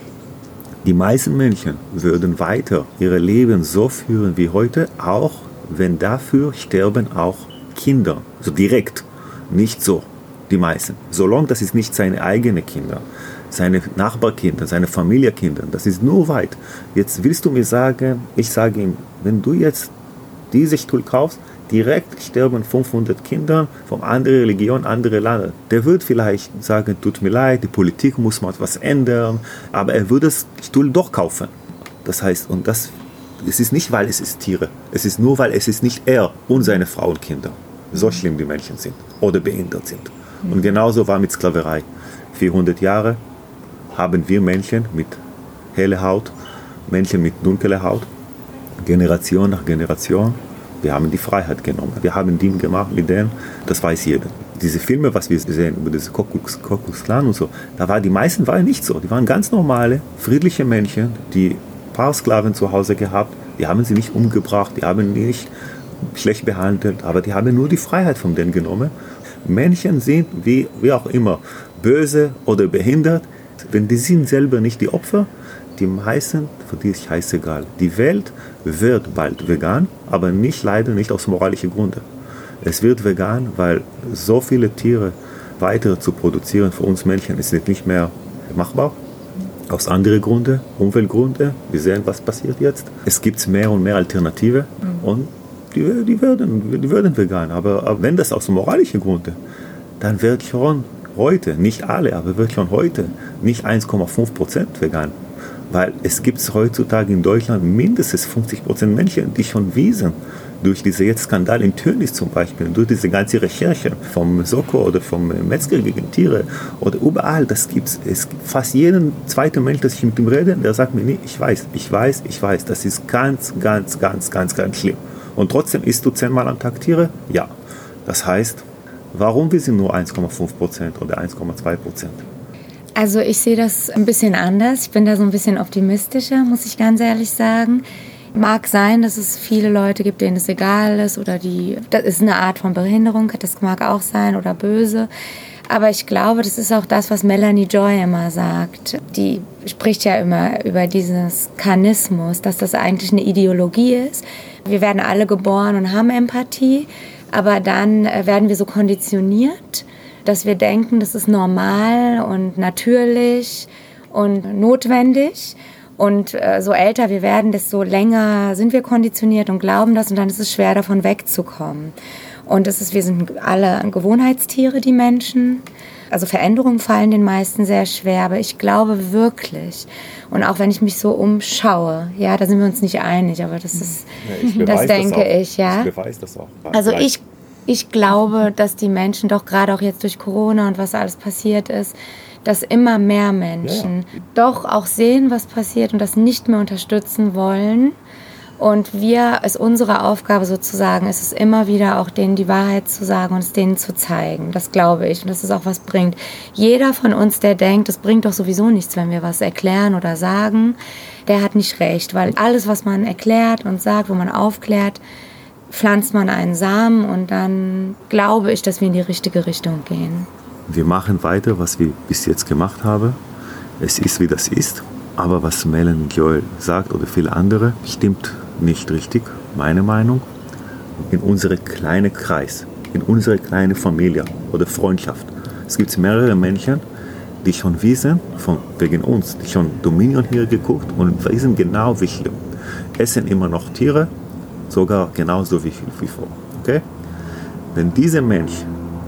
Die meisten Menschen würden weiter ihr Leben so führen wie heute, auch wenn dafür sterben auch Kinder, so direkt, nicht so. Die meisten. Solange das ist nicht seine eigenen Kinder, seine Nachbarkinder, seine Familienkinder, das ist nur weit. Jetzt willst du mir sagen, ich sage ihm, wenn du jetzt diese Stuhl kaufst, direkt sterben fünfhundert Kinder von anderer Religion, andere Länder. Der wird vielleicht sagen, tut mir leid, die Politik muss mal etwas ändern, aber er würde das Stuhl doch kaufen. Das heißt, und das, es ist nicht, weil es ist Tiere, es ist nur, weil es ist nicht er und seine Frau und Kinder. So schlimm die Menschen sind oder behindert sind. Und genauso war mit Sklaverei. vierhundert Jahre haben wir Menschen mit heller Haut, Menschen mit dunkler Haut, Generation nach Generation, wir haben die Freiheit genommen. Wir haben die gemacht mit denen, das weiß jeder. Diese Filme, was wir sehen über diese Ku Klux Klan und so, da war, die meisten waren nicht so. Die waren ganz normale, friedliche Menschen, die ein paar Sklaven zu Hause gehabt, die haben sie nicht umgebracht, die haben die nicht schlecht behandelt, aber die haben nur die Freiheit von denen genommen. Menschen sind, wie, wie auch immer, böse oder behindert, denn die sind selber nicht die Opfer. Die meisten, für die ist scheißegal. Die Welt wird bald vegan, aber nicht leider nicht aus moralischen Gründen. Es wird vegan, weil so viele Tiere weiter zu produzieren für uns Menschen ist nicht mehr machbar. Aus anderen Gründen, Umweltgründen. Wir sehen, was passiert jetzt. Es gibt mehr und mehr Alternativen und die, die, werden, die werden vegan. Aber, aber wenn das aus moralischen Gründen, dann wird schon heute, nicht alle, aber wird schon heute nicht eins Komma fünf Prozent vegan. Weil es gibt heutzutage in Deutschland mindestens fünfzig Prozent Menschen, die schon wissen, durch diesen jetzt Skandal in Tönnies zum Beispiel, durch diese ganze Recherche vom Soko oder vom Metzger gegen Tiere oder überall, das gibt's. Es gibt fast jeden zweiten Mensch, dass ich mit ihm rede, der sagt mir, nee, ich weiß, ich weiß, ich weiß, das ist ganz, ganz, ganz, ganz, ganz schlimm. Und trotzdem isst du zehnmal am Tag Tiere? Ja. Das heißt, warum wir sind nur eins Komma fünf Prozent oder eins Komma zwei Prozent? Also ich sehe das ein bisschen anders. Ich bin da so ein bisschen optimistischer, muss ich ganz ehrlich sagen. Mag sein, dass es viele Leute gibt, denen es egal ist oder die, das ist eine Art von Behinderung, das mag auch sein oder böse. Aber ich glaube, das ist auch das, was Melanie Joy immer sagt. Die spricht ja immer über diesen Skanismus, dass das eigentlich eine Ideologie ist. Wir werden alle geboren und haben Empathie, aber dann werden wir so konditioniert, dass wir denken, das ist normal und natürlich und notwendig. Und äh, so älter wir werden, desto länger sind wir konditioniert und glauben das. Und dann ist es schwer, davon wegzukommen. Und es ist, wir sind alle Gewohnheitstiere, die Menschen. Also Veränderungen fallen den meisten sehr schwer. Aber ich glaube wirklich, und auch wenn ich mich so umschaue, ja, da sind wir uns nicht einig, aber das ist, ja, das denke das ich, ja. Ich beweise das auch. Also ich Ich glaube, dass die Menschen doch gerade auch jetzt durch Corona und was alles passiert ist, dass immer mehr Menschen ja. doch auch sehen, was passiert und das nicht mehr unterstützen wollen. Und wir, es unsere Aufgabe sozusagen, ist es immer wieder auch denen die Wahrheit zu sagen und es denen zu zeigen. Das glaube ich und dass es auch was bringt. Jeder von uns, der denkt, es bringt doch sowieso nichts, wenn wir was erklären oder sagen, der hat nicht recht. Weil alles, was man erklärt und sagt, wo man aufklärt, pflanzt man einen Samen und dann glaube ich, dass wir in die richtige Richtung gehen. Wir machen weiter, was wir bis jetzt gemacht haben. Es ist, wie das ist. Aber was Melanie Joy sagt oder viele andere, stimmt nicht richtig, meine Meinung. In unserem kleinen Kreis, in unserer kleinen Familie oder Freundschaft. Es gibt mehrere Menschen, die schon wissen, von, wegen uns, die schon Dominion hier geguckt und wissen genau, wie schlimm. Essen immer noch Tiere, sogar genauso wie, wie vor. Okay? Wenn dieser Mensch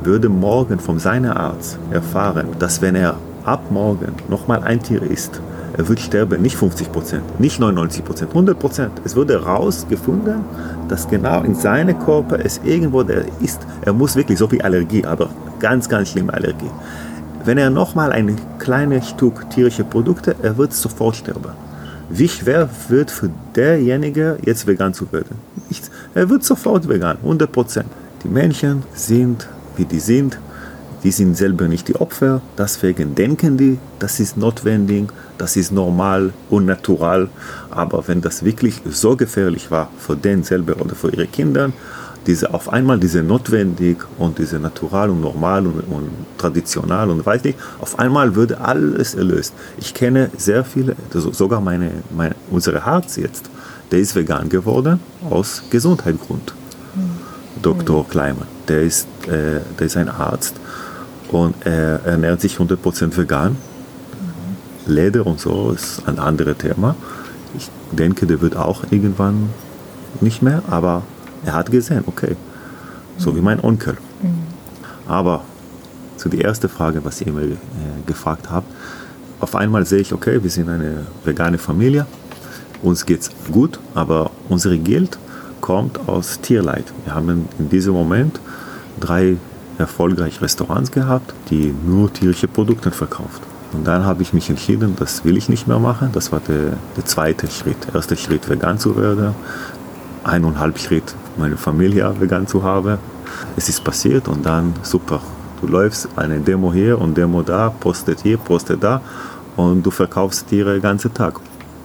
würde morgen von seinem Arzt erfahren, dass wenn er ab morgen nochmal ein Tier isst, er wird sterben, nicht fünfzig Prozent, nicht neunundneunzig Prozent, hundert Prozent. Es wurde herausgefunden, dass genau in seinem Körper es irgendwo der ist. Er muss wirklich so wie Allergie, aber ganz, ganz schlimme Allergie. Wenn er nochmal ein kleines Stück tierische Produkte, er wird sofort sterben. Wie schwer wird für derjenige, jetzt vegan zu werden? Nichts. Er wird sofort vegan, hundert Prozent. Die Menschen sind, wie die sind. Die sind selber nicht die Opfer, deswegen denken die, das ist notwendig, das ist normal und natural. Aber wenn das wirklich so gefährlich war für den selber oder für ihre Kinder, diese auf einmal diese notwendig und diese natural und normal und, und traditional und weiß nicht, auf einmal würde alles erlöst. Ich kenne sehr viele, sogar meine, meine, unsere Arzt jetzt, der ist vegan geworden aus Gesundheitsgrund. Mhm. Doktor Kleimann, der ist, äh, der ist ein Arzt. Und er ernährt sich hundert Prozent vegan. Leder und so ist ein anderes Thema. Ich denke, der wird auch irgendwann nicht mehr, aber er hat gesehen, okay, so wie mein Onkel. Aber zu der ersten Frage, was ihr mir äh, gefragt habt, auf einmal sehe ich, okay, wir sind eine vegane Familie, uns geht's gut, aber unser Geld kommt aus Tierleid. Wir haben in diesem Moment drei erfolgreiche Restaurants gehabt, die nur tierische Produkte verkauft. Und dann habe ich mich entschieden, das will ich nicht mehr machen. Das war der, der zweite Schritt. Der erste Schritt, vegan zu werden. Eineinhalb Schritt, meine Familie vegan zu haben. Es ist passiert und dann, super. Du läufst eine Demo hier und Demo da, postet hier, postet da und du verkaufst Tiere den ganzen Tag.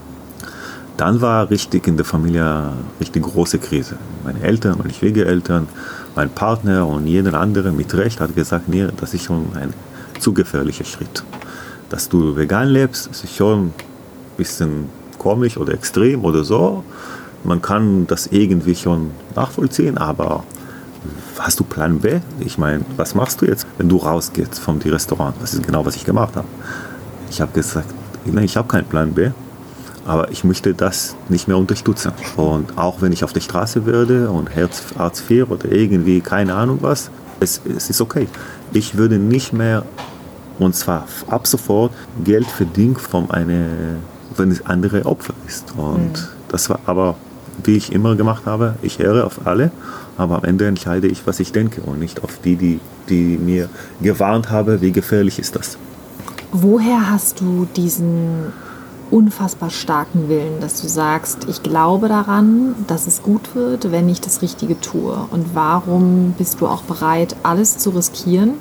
Dann war richtig in der Familie richtig große Krise. Meine Eltern, meine Schwiegereltern, mein Partner und jeder andere mit Recht hat gesagt, nee, das ist schon ein zu gefährlicher Schritt. Dass du vegan lebst, ist schon ein bisschen komisch oder extrem oder so. Man kann das irgendwie schon nachvollziehen, aber hast du Plan B? Ich meine, was machst du jetzt, wenn du rausgehst vom Restaurant? Das ist genau, was ich gemacht habe. Ich habe gesagt, ich habe keinen Plan B. Aber ich möchte das nicht mehr unterstützen. Und auch wenn ich auf der Straße werde und Hartz vier oder irgendwie keine Ahnung was, es, es ist okay. Ich würde nicht mehr, und zwar ab sofort, Geld verdienen von einer, wenn es andere Opfer ist. Und mhm. das war aber, wie ich immer gemacht habe, ich höre auf alle, aber am Ende entscheide ich, was ich denke und nicht auf die, die, die mir gewarnt haben, wie gefährlich ist das. Woher hast du diesen unfassbar starken Willen, dass du sagst, ich glaube daran, dass es gut wird, wenn ich das Richtige tue? Und warum bist du auch bereit, alles zu riskieren,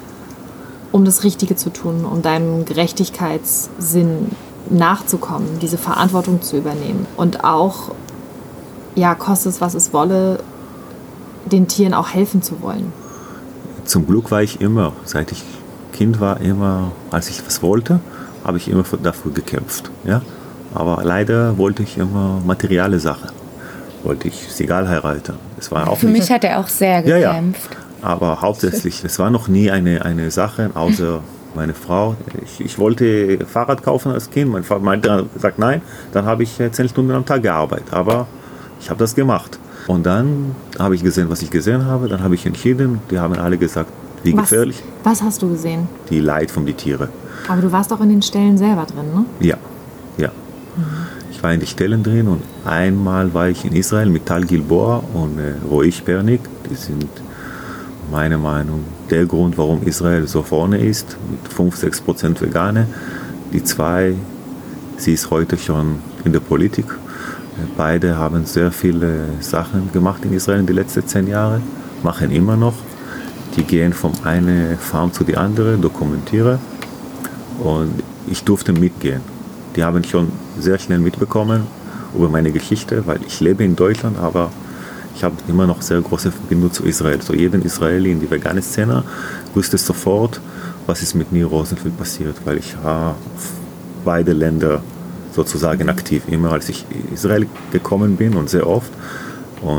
um das Richtige zu tun, um deinem Gerechtigkeitssinn nachzukommen, diese Verantwortung zu übernehmen und auch, ja, koste es, was es wolle, den Tieren auch helfen zu wollen? Zum Glück war ich immer, seit ich Kind war, immer, als ich was wollte, habe ich immer dafür gekämpft. Ja? Aber leider wollte ich immer materielle Sachen. Wollte ich Sigal heiraten. Es war auch Für mich hat er auch sehr gekämpft. Ja, ja. Aber hauptsächlich, es war noch nie eine, eine Sache, außer meine Frau. Ich, ich wollte Fahrrad kaufen als Kind. Mein Vater meinte, sagt nein. Dann habe ich zehn Stunden am Tag gearbeitet. Aber ich habe das gemacht. Und dann habe ich gesehen, was ich gesehen habe. Dann habe ich entschieden. Die haben alle gesagt, wie was, gefährlich. Was hast du gesehen? Die Leid von den Tieren. Aber du warst auch in den Ställen selber drin, ne? Ja, ja. Mhm. Ich war in den Ställen drin und einmal war ich in Israel mit Tal Gilboa und äh, Roy Spernik. Die sind meiner Meinung nach der Grund, warum Israel so vorne ist, mit fünf bis sechs Prozent Veganer. Die zwei, sie ist heute schon in der Politik. Beide haben sehr viele Sachen gemacht in Israel in den letzten zehn Jahren, machen immer noch. Die gehen von einer Farm zu der anderen, dokumentieren. Und ich durfte mitgehen. Die haben schon sehr schnell mitbekommen über meine Geschichte, weil ich lebe in Deutschland, aber ich habe immer noch sehr große Verbindung zu Israel. So jeden Israeli in die vegane Szene wusste sofort, was ist mit Nir Rosenfeld passiert, weil ich war auf beide Länder sozusagen aktiv, immer als ich in Israel gekommen bin und sehr oft. Und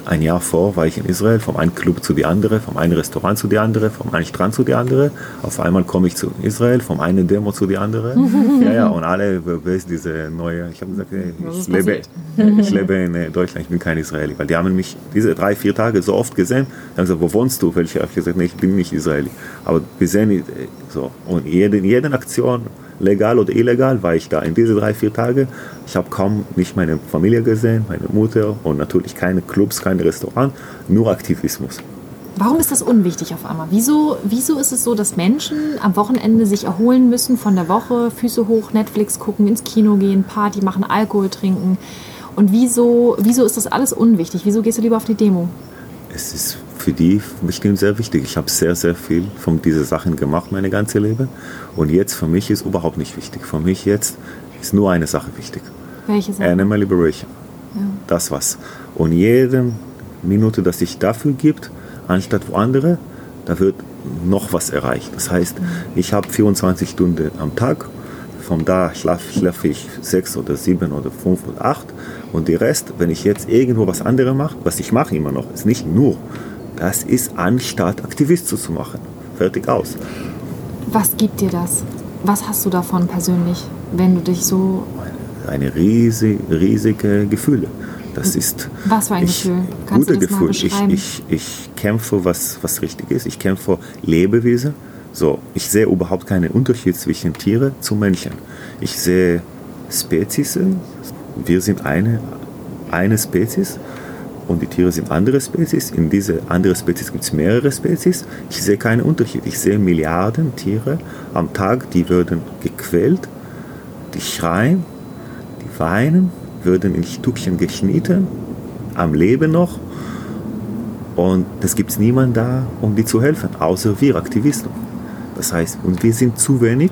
ein Jahr vor war ich in Israel, vom einen Club zu die andere, vom einen Restaurant zu die andere, vom einen Strand zu die andere. Auf einmal komme ich zu Israel, vom einen Demo zu die andere. ja, ja, und alle, wer ist diese neue, ich habe gesagt, hey, ich, lebe, ich lebe in Deutschland, ich bin kein Israeli. Weil die haben mich diese drei, vier Tage so oft gesehen, die haben gesagt, wo wohnst du? Weil ich habe gesagt, nee, ich bin nicht Israeli. Aber wir sehen so, und jede, jede Aktion, legal oder illegal, war ich da. In diese drei, vier Tage, ich habe kaum nicht meine Familie gesehen, meine Mutter und natürlich keine Clubs, keine Restaurants, nur Aktivismus. Warum ist das unwichtig auf einmal? Wieso, wieso ist es so, dass Menschen am Wochenende sich erholen müssen von der Woche, Füße hoch, Netflix gucken, ins Kino gehen, Party machen, Alkohol trinken? Und wieso, wieso ist das alles unwichtig? Wieso gehst du lieber auf die Demo? Es ist für die bestimmt sehr wichtig. Ich habe sehr, sehr viel von diesen Sachen gemacht, meine ganze Leben. Und jetzt für mich ist überhaupt nicht wichtig. Für mich jetzt ist nur eine Sache wichtig. Welche Sache? Animal Liberation. Ja. Das war's. Und jede Minute, dass sich dafür gibt, anstatt wo andere, da wird noch was erreicht. Das heißt, ich habe vierundzwanzig Stunden am Tag. Von da schlafe schlaf ich sechs oder sieben oder fünf oder acht. Und die Rest, wenn ich jetzt irgendwo was anderes mache, was ich mache immer noch, ist nicht nur, das ist anstatt Aktivist zu machen. Fertig aus. Was gibt dir das? Was hast du davon persönlich, wenn du dich so... Eine riesige, riesige Gefühle. Das ist... Was für ein ich, Gefühl? Kannst gute du das mal Gefühl. Ich, beschreiben? ich, ich kämpfe, was, was richtig ist. Ich kämpfe Lebewesen. So, ich sehe überhaupt keinen Unterschied zwischen Tieren zu Menschen. Ich sehe Spezies. Wir sind eine, eine Spezies und die Tiere sind andere Spezies. In dieser anderen Spezies gibt es mehrere Spezies. Ich sehe keinen Unterschied. Ich sehe Milliarden Tiere am Tag, die werden gequält, die schreien, die weinen, werden in Stückchen geschnitten, am Leben noch. Und es gibt niemanden da, um die zu helfen, außer wir Aktivisten. Das heißt, und wir sind zu wenig.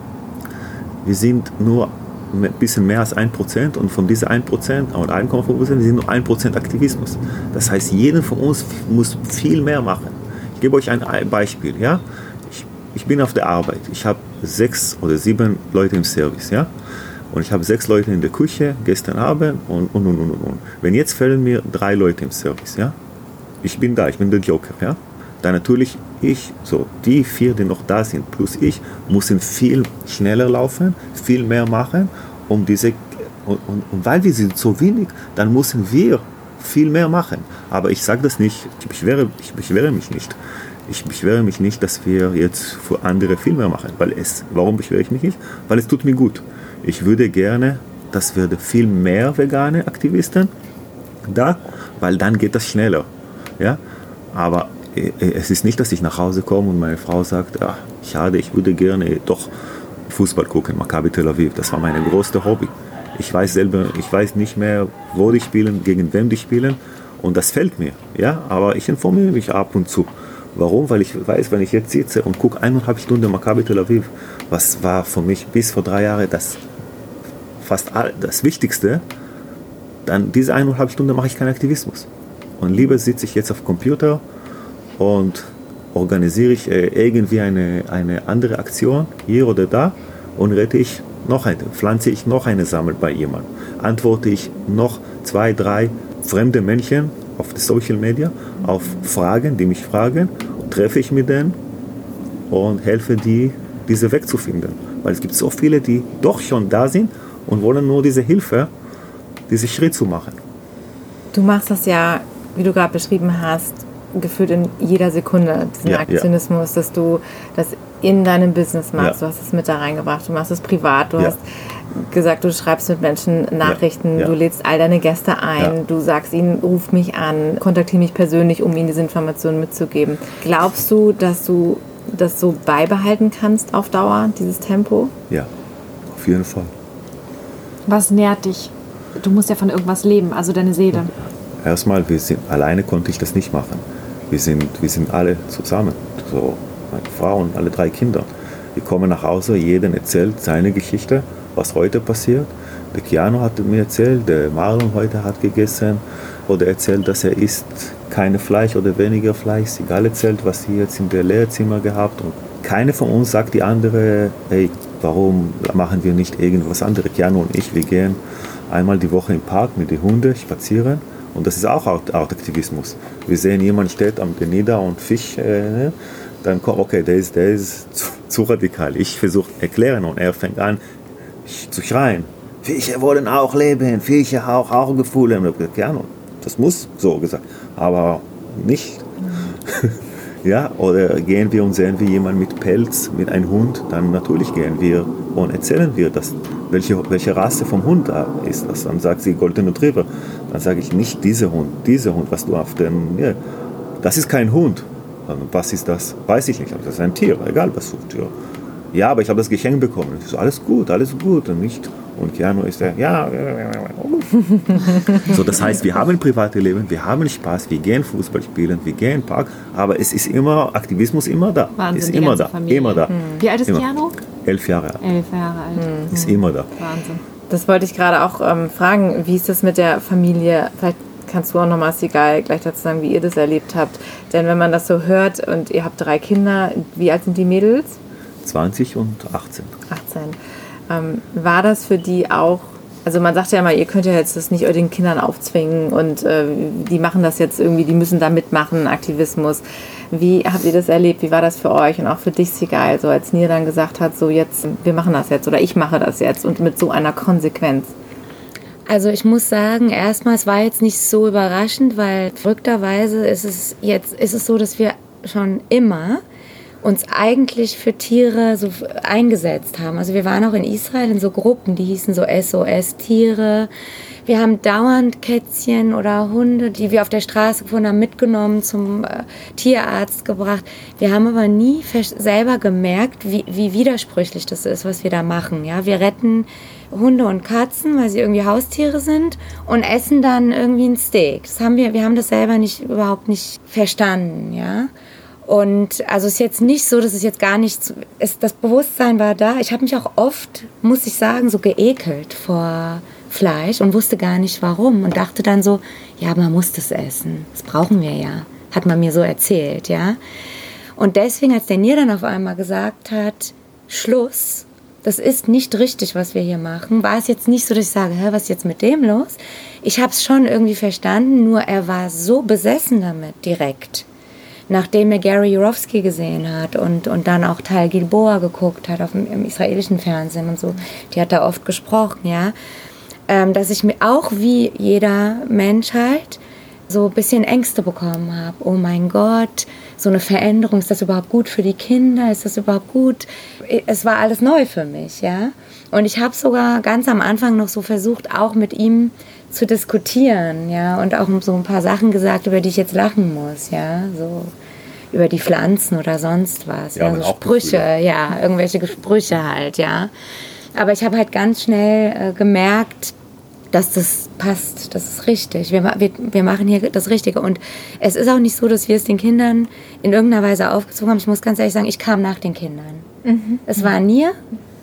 Wir sind nur ein bisschen mehr als ein Prozent und von diesen ein Prozent und eins Komma fünf Prozent sind nur ein Prozent Aktivismus. Das heißt, jeder von uns muss viel mehr machen. Ich gebe euch ein Beispiel. Ja? Ich, ich bin auf der Arbeit. Ich habe sechs oder sieben Leute im Service. Ja? Und ich habe sechs Leute in der Küche gestern Abend und und und und und. Wenn jetzt fehlen mir drei Leute im Service. Ja? Ich bin da, ich bin der Joker. Ja? Dann natürlich ich, so die vier, die noch da sind, plus ich, müssen viel schneller laufen, viel mehr machen, um diese, und, und, und weil wir sind so wenig, dann müssen wir viel mehr machen. Aber ich sage das nicht, ich beschwere, ich beschwere mich nicht. Ich beschwere mich nicht, dass wir jetzt für andere viel mehr machen. Weil es, warum beschwere ich mich nicht? Weil es tut mir gut. Ich würde gerne, dass wir viel mehr vegane Aktivisten da, weil dann geht das schneller. Ja? Aber es ist nicht, dass ich nach Hause komme und meine Frau sagt, ach, schade, ich würde gerne doch Fußball gucken, Maccabi Tel Aviv. Das war mein größtes Hobby. Ich weiß selber, ich weiß nicht mehr, wo die spielen, gegen wem die spielen und das fällt mir. Ja? Aber ich informiere mich ab und zu. Warum? Weil ich weiß, wenn ich jetzt sitze und gucke eineinhalb Stunden Maccabi Tel Aviv, was war für mich bis vor drei Jahren das fast all, das Wichtigste, dann diese eineinhalb Stunden mache ich keinen Aktivismus. Und lieber sitze ich jetzt auf dem Computer und organisiere ich äh, irgendwie eine, eine andere Aktion hier oder da und rette ich noch eine, pflanze ich noch eine Sammel bei jemandem, antworte ich noch zwei, drei fremde Menschen auf Social Media auf Fragen, die mich fragen, treffe ich mit denen und helfe die, diese wegzufinden. Weil es gibt so viele, die doch schon da sind und wollen nur diese Hilfe, diesen Schritt zu machen. Du machst das ja, wie du gerade beschrieben hast, gefühlt in jeder Sekunde, diesen ja, Aktionismus, ja. dass du das in deinem Business machst. Ja. Du hast es mit da reingebracht, du machst es privat, du ja. hast gesagt, du schreibst mit Menschen Nachrichten, ja. Ja. du lädst all deine Gäste ein, ja. du sagst ihnen, ruf mich an, kontaktiere mich persönlich, um ihnen diese Informationen mitzugeben. Glaubst du, dass du das so beibehalten kannst auf Dauer, dieses Tempo? Ja, auf jeden Fall. Was nährt dich? Du musst ja von irgendwas leben, also deine Seele. Erstmal, wir sind, alleine konnte ich das nicht machen. Wir sind, wir sind alle zusammen, so meine Frau und alle drei Kinder. Wir kommen nach Hause, jeder erzählt seine Geschichte, was heute passiert. Der Keanu hat mir erzählt, der Marlon heute hat gegessen oder erzählt, dass er isst keine Fleisch oder weniger Fleisch. Egal erzählt, was sie jetzt in der Lehrzimmer gehabt und keine von uns sagt die andere, hey, warum machen wir nicht irgendwas anderes? Keanu und ich, wir gehen einmal die Woche im Park mit den Hunden spazieren Und das ist auch Artaktivismus. Wir sehen, jemand steht am Nieder und Fisch, äh, dann kommt, okay, der ist, der ist zu, zu radikal. Ich versuche erklären und er fängt an zu schreien. Fische wollen auch leben, Fische auch, auch Gefühle. Ja, das muss so gesagt, aber nicht. Ja, oder gehen wir und sehen wir jemanden mit Pelz, mit einem Hund, dann natürlich gehen wir und erzählen wir, dass, welche, welche Rasse vom Hund da ist. Das. Dann sagt sie Golden Retriever. Dann sage ich nicht dieser Hund, dieser Hund, was du auf dem, ja, das ist kein Hund. Was ist das? Weiß ich nicht. Das ist ein Tier, egal was für ein Tier. Ja, aber ich habe das Geschenk bekommen. Ich so, alles gut, alles gut und nicht. Und Keanu ist der, ja. So, das heißt, wir haben ein privates Leben, wir haben Spaß, wir gehen Fußball spielen, wir gehen in den Park, aber es ist immer, Aktivismus immer da. Wahnsinn, ist die immer ganze da, Familie. immer da. Hm. Wie alt ist immer. Keanu? Elf Jahre alt. Elf Jahre alt. Hm. Ist immer da. Wahnsinn. Das wollte ich gerade auch ähm, fragen, wie ist das mit der Familie? Vielleicht kannst du auch nochmal, Sigal, gleich dazu sagen, wie ihr das erlebt habt. Denn wenn man das so hört und ihr habt drei Kinder, wie alt sind die Mädels? zwanzig und achtzehn. achtzehn. Ähm, war das für die auch, also man sagt ja immer, ihr könnt ja jetzt das nicht den Kindern aufzwingen und äh, die machen das jetzt irgendwie, die müssen da mitmachen, Aktivismus. Wie habt ihr das erlebt? Wie war das für euch und auch für dich, Sigal, so als Nir dann gesagt hat, so jetzt, wir machen das jetzt oder ich mache das jetzt und mit so einer Konsequenz? Also ich muss sagen, erstmal, es war jetzt nicht so überraschend, weil verrückterweise ist es jetzt, ist es so, dass wir schon immer uns eigentlich für Tiere so eingesetzt haben. Also wir waren auch in Israel in so Gruppen, die hießen so S O S-Tiere. Wir haben dauernd Kätzchen oder Hunde, die wir auf der Straße gefunden haben, mitgenommen, zum äh, Tierarzt gebracht. Wir haben aber nie selber gemerkt, wie, wie widersprüchlich das ist, was wir da machen. Ja? Wir retten Hunde und Katzen, weil sie irgendwie Haustiere sind und essen dann irgendwie ein Steak. Das haben wir, wir haben das selber nicht, überhaupt nicht verstanden, ja. Und also es ist jetzt nicht so, dass es jetzt gar nicht, es, das Bewusstsein war da. Ich habe mich auch oft, muss ich sagen, so geekelt vor Fleisch und wusste gar nicht warum und dachte dann so, ja, man muss das essen, das brauchen wir ja, hat man mir so erzählt, ja. Und deswegen, als der Nir dann auf einmal gesagt hat, Schluss, das ist nicht richtig, was wir hier machen, war es jetzt nicht so, dass ich sage, hä, was ist jetzt mit dem los? Ich habe es schon irgendwie verstanden, nur er war so besessen damit direkt. Nachdem er Gary Yourofsky gesehen hat und, und dann auch Tal Gilboa geguckt hat auf dem, im israelischen Fernsehen und so, die hat da oft gesprochen, ja, ähm, dass ich mir auch wie jeder Mensch halt so ein bisschen Ängste bekommen habe. Oh mein Gott, so eine Veränderung, ist das überhaupt gut für die Kinder? Ist das überhaupt gut? Es war alles neu für mich, ja. Und ich habe sogar ganz am Anfang noch so versucht, auch mit ihm zu diskutieren, ja, und auch so ein paar Sachen gesagt, über die ich jetzt lachen muss, ja, so über die Pflanzen oder sonst was, ja, ja so Sprüche, ja, irgendwelche Sprüche halt, ja. Aber ich habe halt ganz schnell äh, gemerkt, dass das passt, das ist richtig. Wir, wir, wir machen hier das Richtige. Und es ist auch nicht so, dass wir es den Kindern in irgendeiner Weise aufgezogen haben. Ich muss ganz ehrlich sagen, ich kam nach den Kindern. Mhm. Es war Nir,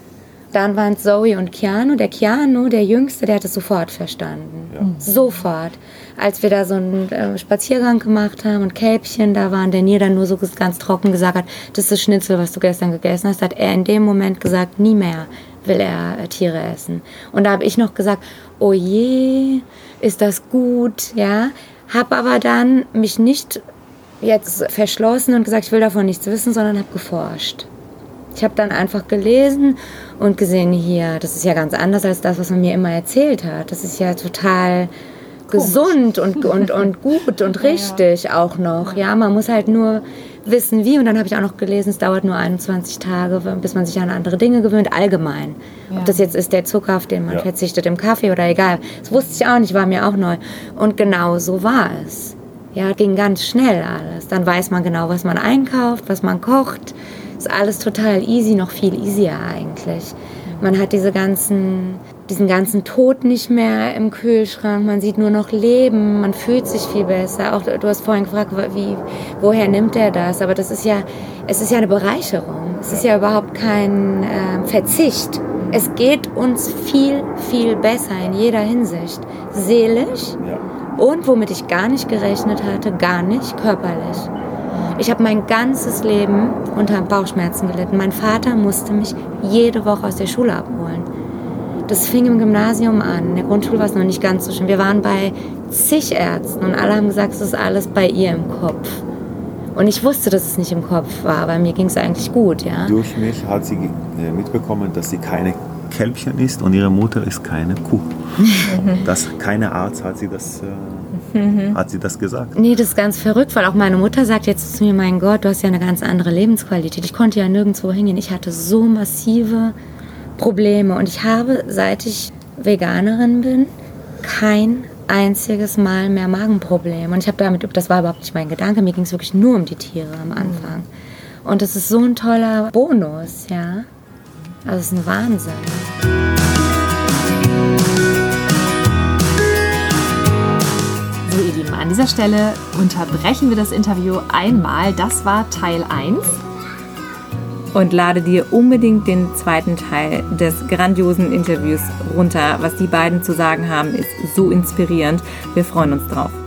dann waren es Zoe und Keanu. Der Keanu, der Jüngste, der hat es sofort verstanden. Ja. Sofort. Als wir da so einen äh, Spaziergang gemacht haben und Kälbchen da waren, der Nir dann nur so ganz trocken gesagt hat, das ist das Schnitzel, was du gestern gegessen hast, hat er in dem Moment gesagt, nie mehr will er äh, Tiere essen. Und da habe ich noch gesagt, oh je, ist das gut, ja. Habe aber dann mich nicht jetzt verschlossen und gesagt, ich will davon nichts wissen, sondern habe geforscht. Ich habe dann einfach gelesen und gesehen, hier, das ist ja ganz anders als das, was man mir immer erzählt hat. Das ist ja total Komisch. gesund und, und, und gut und richtig ja, ja. auch noch. Ja, man muss halt nur wissen, wie. Und dann habe ich auch noch gelesen, es dauert nur einundzwanzig Tage, bis man sich an andere Dinge gewöhnt, allgemein. Ja. Ob das jetzt ist der Zucker, auf den man ja. verzichtet im Kaffee oder egal. Das wusste ich auch nicht, war mir auch neu. Und genau so war es. Ja, ging ganz schnell alles. Dann weiß man genau, was man einkauft, was man kocht. Ist alles total easy, noch viel easier eigentlich. Man hat diese ganzen, diesen ganzen Tod nicht mehr im Kühlschrank, man sieht nur noch Leben, man fühlt sich viel besser. Auch du hast vorhin gefragt, wie, woher nimmt er das? Aber das ist ja, es ist ja eine Bereicherung. Es ist ja überhaupt kein äh, Verzicht. Es geht uns viel, viel besser in jeder Hinsicht. Seelisch und, womit ich gar nicht gerechnet hatte, gar nicht körperlich. Ich habe mein ganzes Leben unter Bauchschmerzen gelitten. Mein Vater musste mich jede Woche aus der Schule abholen. Das fing im Gymnasium an. In der Grundschule war es noch nicht ganz so schlimm. Wir waren bei zig Ärzten und alle haben gesagt, es ist alles bei ihr im Kopf. Und ich wusste, dass es nicht im Kopf war, weil mir ging es eigentlich gut, ja. Durch mich hat sie äh, mitbekommen, dass sie keine Kälbchen ist und ihre Mutter ist keine Kuh. Das, keine Arzt hat sie das, äh, hat sie das gesagt. Nee, das ist ganz verrückt, weil auch meine Mutter sagt jetzt zu mir, mein Gott, du hast ja eine ganz andere Lebensqualität. Ich konnte ja nirgendwo hingehen. Ich hatte so massive Probleme und ich habe, seit ich Veganerin bin, kein einziges Mal mehr Magenprobleme. Und ich habe damit, das war überhaupt nicht mein Gedanke, mir ging es wirklich nur um die Tiere am Anfang. Und das ist so ein toller Bonus, ja. Also es ist ein Wahnsinn. So ihr Lieben, an dieser Stelle unterbrechen wir das Interview einmal. Das war Teil eins. Und lade dir unbedingt den zweiten Teil des grandiosen Interviews runter. Was die beiden zu sagen haben, ist so inspirierend. Wir freuen uns drauf.